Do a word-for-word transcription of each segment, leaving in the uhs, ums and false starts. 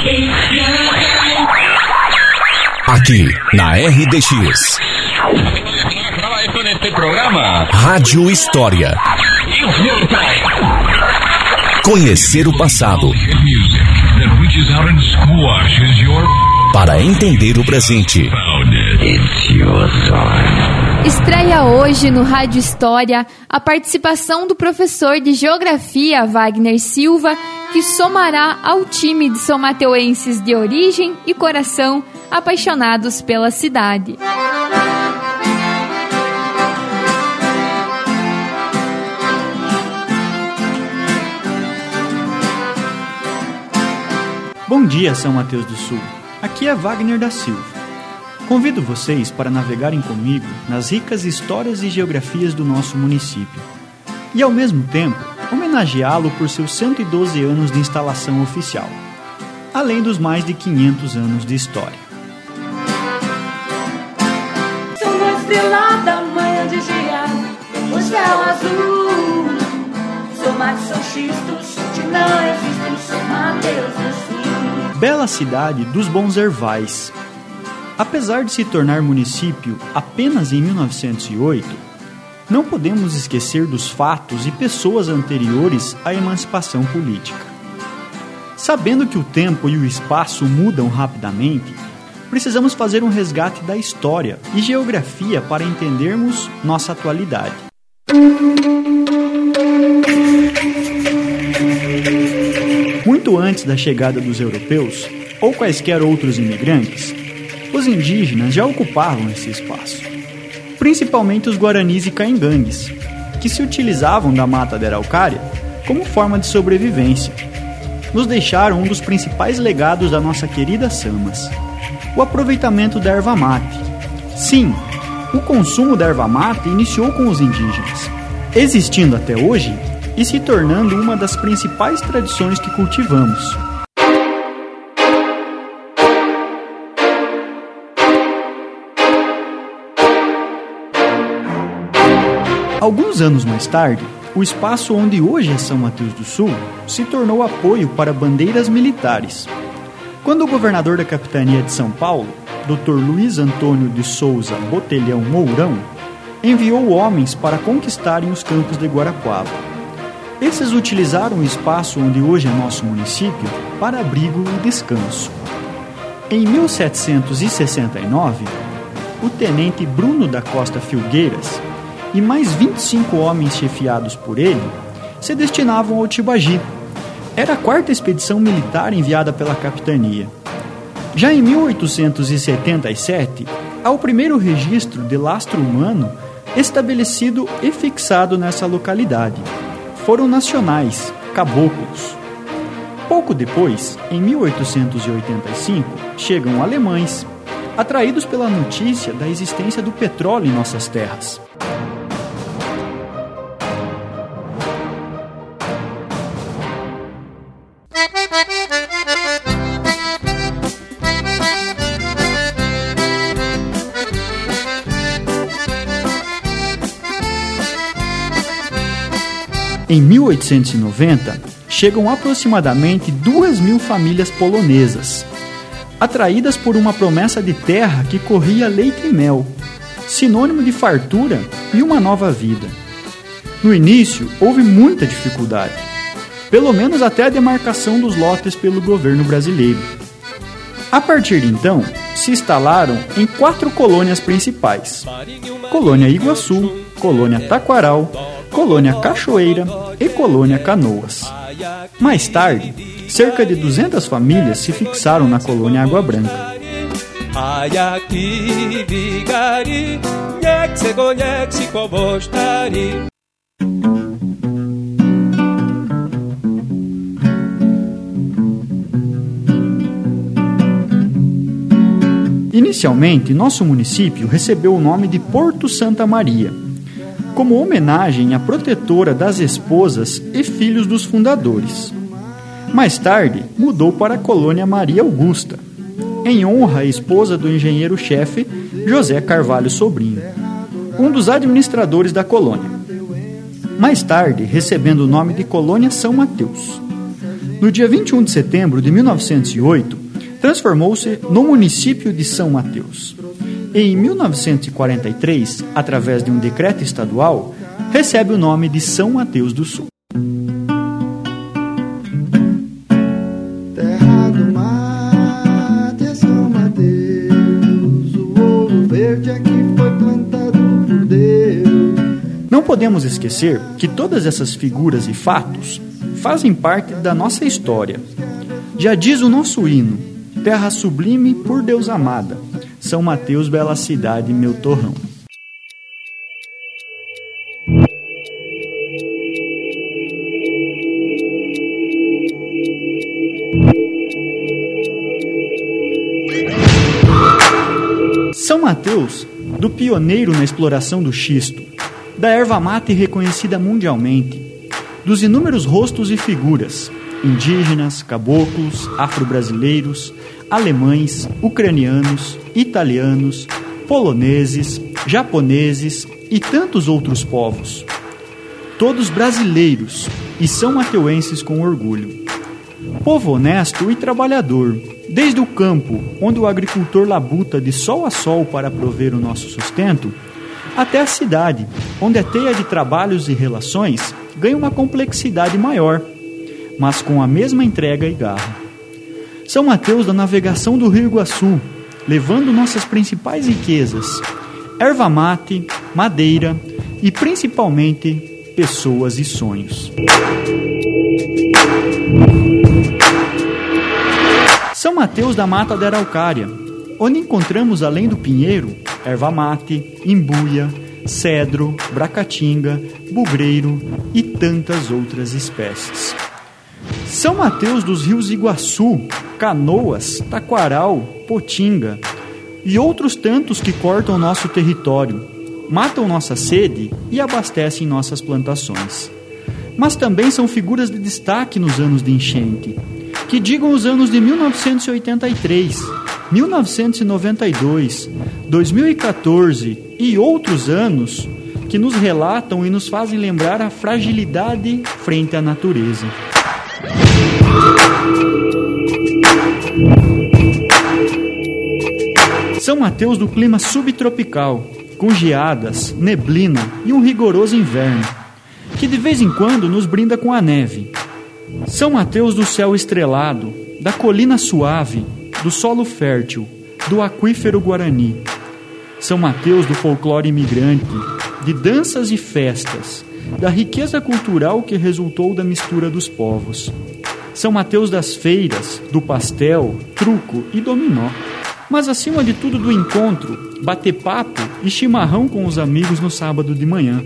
Aqui, na R D X. Rádio História. Conhecer o passado. Para entender o presente. Estreia hoje no Rádio História a participação do professor de Geografia Wagner Silva, que somará ao time de somateuenses de origem e coração apaixonados pela cidade. Bom dia, São Mateus do Sul. Aqui é Wagner da Silva. Convido vocês para navegarem comigo nas ricas histórias e geografias do nosso município e, ao mesmo tempo, homenageá-lo por seus cento e doze anos de instalação oficial, além dos mais de quinhentos anos de história. Sou uma estrelada, manhã de dia, o céu azul. Sou mais São Xistos, de não existo, São Mateus do Sul. Bela cidade dos bons ervais. Apesar de se tornar município apenas em mil novecentos e oito, não podemos esquecer dos fatos e pessoas anteriores à emancipação política. Sabendo que o tempo e o espaço mudam rapidamente, precisamos fazer um resgate da história e geografia para entendermos nossa atualidade. Muito antes da chegada dos europeus, ou quaisquer outros imigrantes, os indígenas já ocupavam esse espaço, principalmente os guaranis e caingangues, que se utilizavam da mata da araucária como forma de sobrevivência. Nos deixaram um dos principais legados da nossa querida Samas, o aproveitamento da erva mate. Sim, o consumo da erva mate iniciou com os indígenas, existindo até hoje e se tornando uma das principais tradições que cultivamos. Alguns anos mais tarde, o espaço onde hoje é São Mateus do Sul se tornou apoio para bandeiras militares. Quando o governador da capitania de São Paulo, doutor Luiz Antônio de Souza Botelhão Mourão, enviou homens para conquistarem os campos de Guarapuava. Esses utilizaram o espaço onde hoje é nosso município para abrigo e descanso. Em mil setecentos e sessenta e nove, o tenente Bruno da Costa Filgueiras e mais vinte e cinco homens chefiados por ele se destinavam ao Tibagi. Era a quarta expedição militar enviada pela capitania. Já em mil oitocentos e setenta e sete, há o primeiro registro de lastro humano estabelecido e fixado nessa localidade. Foram nacionais, caboclos. Pouco depois, em mil oitocentos e oitenta e cinco, chegam alemães, atraídos pela notícia da existência do petróleo em nossas terras. Em mil oitocentos e noventa, chegam aproximadamente duas mil famílias polonesas, atraídas por uma promessa de terra que corria leite e mel, sinônimo de fartura e uma nova vida. No início, houve muita dificuldade, pelo menos até a demarcação dos lotes pelo governo brasileiro. A partir de então, se instalaram em quatro colônias principais: Colônia Iguaçu, Colônia Taquaral, Colônia Cachoeira e Colônia Canoas. Mais tarde, cerca de duzentas famílias se fixaram na Colônia Água Branca. Inicialmente, nosso município recebeu o nome de Porto Santa Maria, como homenagem à protetora das esposas e filhos dos fundadores. Mais tarde, mudou para a Colônia Maria Augusta, em honra à esposa do engenheiro-chefe José Carvalho Sobrinho, um dos administradores da colônia. Mais tarde, recebendo o nome de Colônia São Mateus. No dia vinte e um de setembro de mil novecentos e oito, transformou-se no município de São Mateus. E em mil novecentos e quarenta e três, através de um decreto estadual, recebe o nome de São Mateus do Sul. Terra do mate é São Mateus, o ouro verde é que foi plantado por Deus. Não podemos esquecer que todas essas figuras e fatos fazem parte da nossa história. Já diz o nosso hino: terra sublime por Deus amada, São Mateus, bela cidade, meu torrão. São Mateus, do pioneiro na exploração do xisto, da erva mate reconhecida mundialmente, dos inúmeros rostos e figuras, indígenas, caboclos, afro-brasileiros, alemães, ucranianos, italianos, poloneses, japoneses e tantos outros povos. Todos brasileiros e são mateuenses com orgulho. Povo honesto e trabalhador, desde o campo, onde o agricultor labuta de sol a sol para prover o nosso sustento, até a cidade, onde a teia de trabalhos e relações ganha uma complexidade maior, mas com a mesma entrega e garra. São Mateus da navegação do Rio Iguaçu, levando nossas principais riquezas, erva mate, madeira e principalmente pessoas e sonhos. São Mateus da Mata da Araucária, onde encontramos, além do pinheiro, erva mate, imbuia, cedro, bracatinga, bugreiro e tantas outras espécies. São Mateus dos rios Iguaçu, Canoas, Taquaral, Potinga e outros tantos que cortam nosso território, matam nossa sede e abastecem nossas plantações. Mas também são figuras de destaque nos anos de enchente, que digam os anos de mil novecentos e oitenta e três, mil novecentos e noventa e dois, dois mil e quatorze e outros anos que nos relatam e nos fazem lembrar a fragilidade frente à natureza. São Mateus do clima subtropical, com geadas, neblina e um rigoroso inverno, que de vez em quando nos brinda com a neve. São Mateus do céu estrelado, da colina suave, do solo fértil, do aquífero Guarani. São Mateus do folclore imigrante, de danças e festas, da riqueza cultural que resultou da mistura dos povos. São Mateus das feiras, do pastel, truco e dominó. Mas acima de tudo do encontro, bater papo e chimarrão com os amigos no sábado de manhã.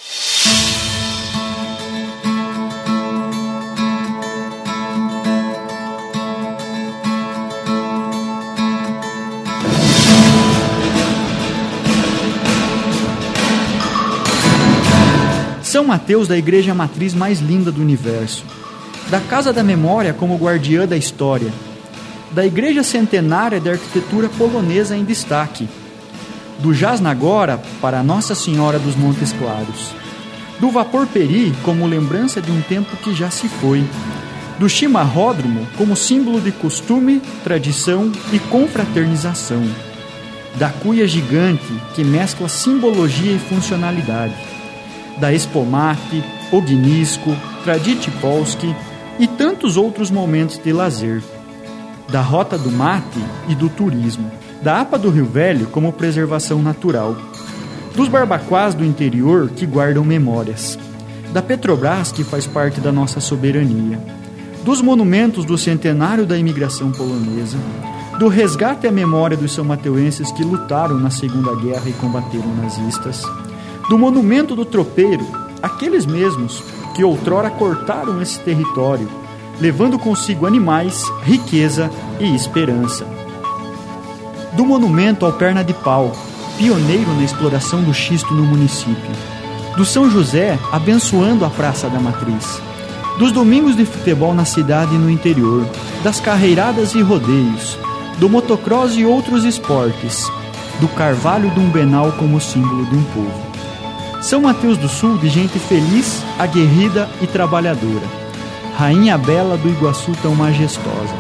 São Mateus da igreja matriz mais linda do universo, da Casa da Memória como guardiã da história, da igreja centenária da arquitetura polonesa em destaque, do Jasnagora para Nossa Senhora dos Montes Claros, do Vapor Peri como lembrança de um tempo que já se foi, do chimarródromo como símbolo de costume, tradição e confraternização, da cuia gigante que mescla simbologia e funcionalidade, da Expomate, Ognisco, Traditi Polski e tantos outros momentos de lazer, da Rota do Mate e do turismo, da A P A do Rio Velho como preservação natural, dos barbacoás do interior que guardam memórias, da Petrobras que faz parte da nossa soberania, dos monumentos do centenário da imigração polonesa, do resgate à memória dos são mateuenses que lutaram na Segunda Guerra e combateram nazistas, do monumento do tropeiro, aqueles mesmos que outrora cortaram esse território, levando consigo animais, riqueza e esperança. Do monumento ao Perna de Pau, pioneiro na exploração do xisto no município. Do São José, abençoando a Praça da Matriz. Dos domingos de futebol na cidade e no interior. Das carreiradas e rodeios. Do motocross e outros esportes. Do carvalho de um benal como símbolo de um povo. São Mateus do Sul de gente feliz, aguerrida e trabalhadora. rainha bela do Iguaçu tão majestosa.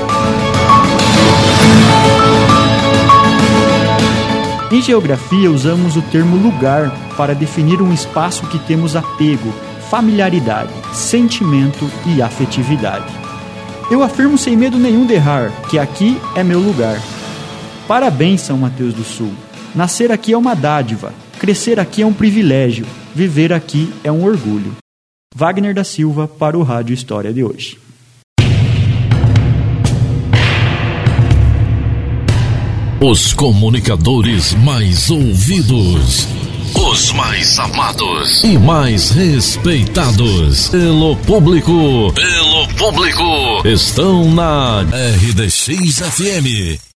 Em geografia, usamos o termo lugar para definir um espaço que temos apego, familiaridade, sentimento e afetividade. Eu afirmo sem medo nenhum de errar que aqui é meu lugar. Parabéns, São Mateus do Sul. Nascer aqui é uma dádiva, crescer aqui é um privilégio, viver aqui é um orgulho. Wagner da Silva para o Rádio História de hoje. Os comunicadores mais ouvidos, os mais amados e mais respeitados pelo público, pelo público, estão na R D X F M.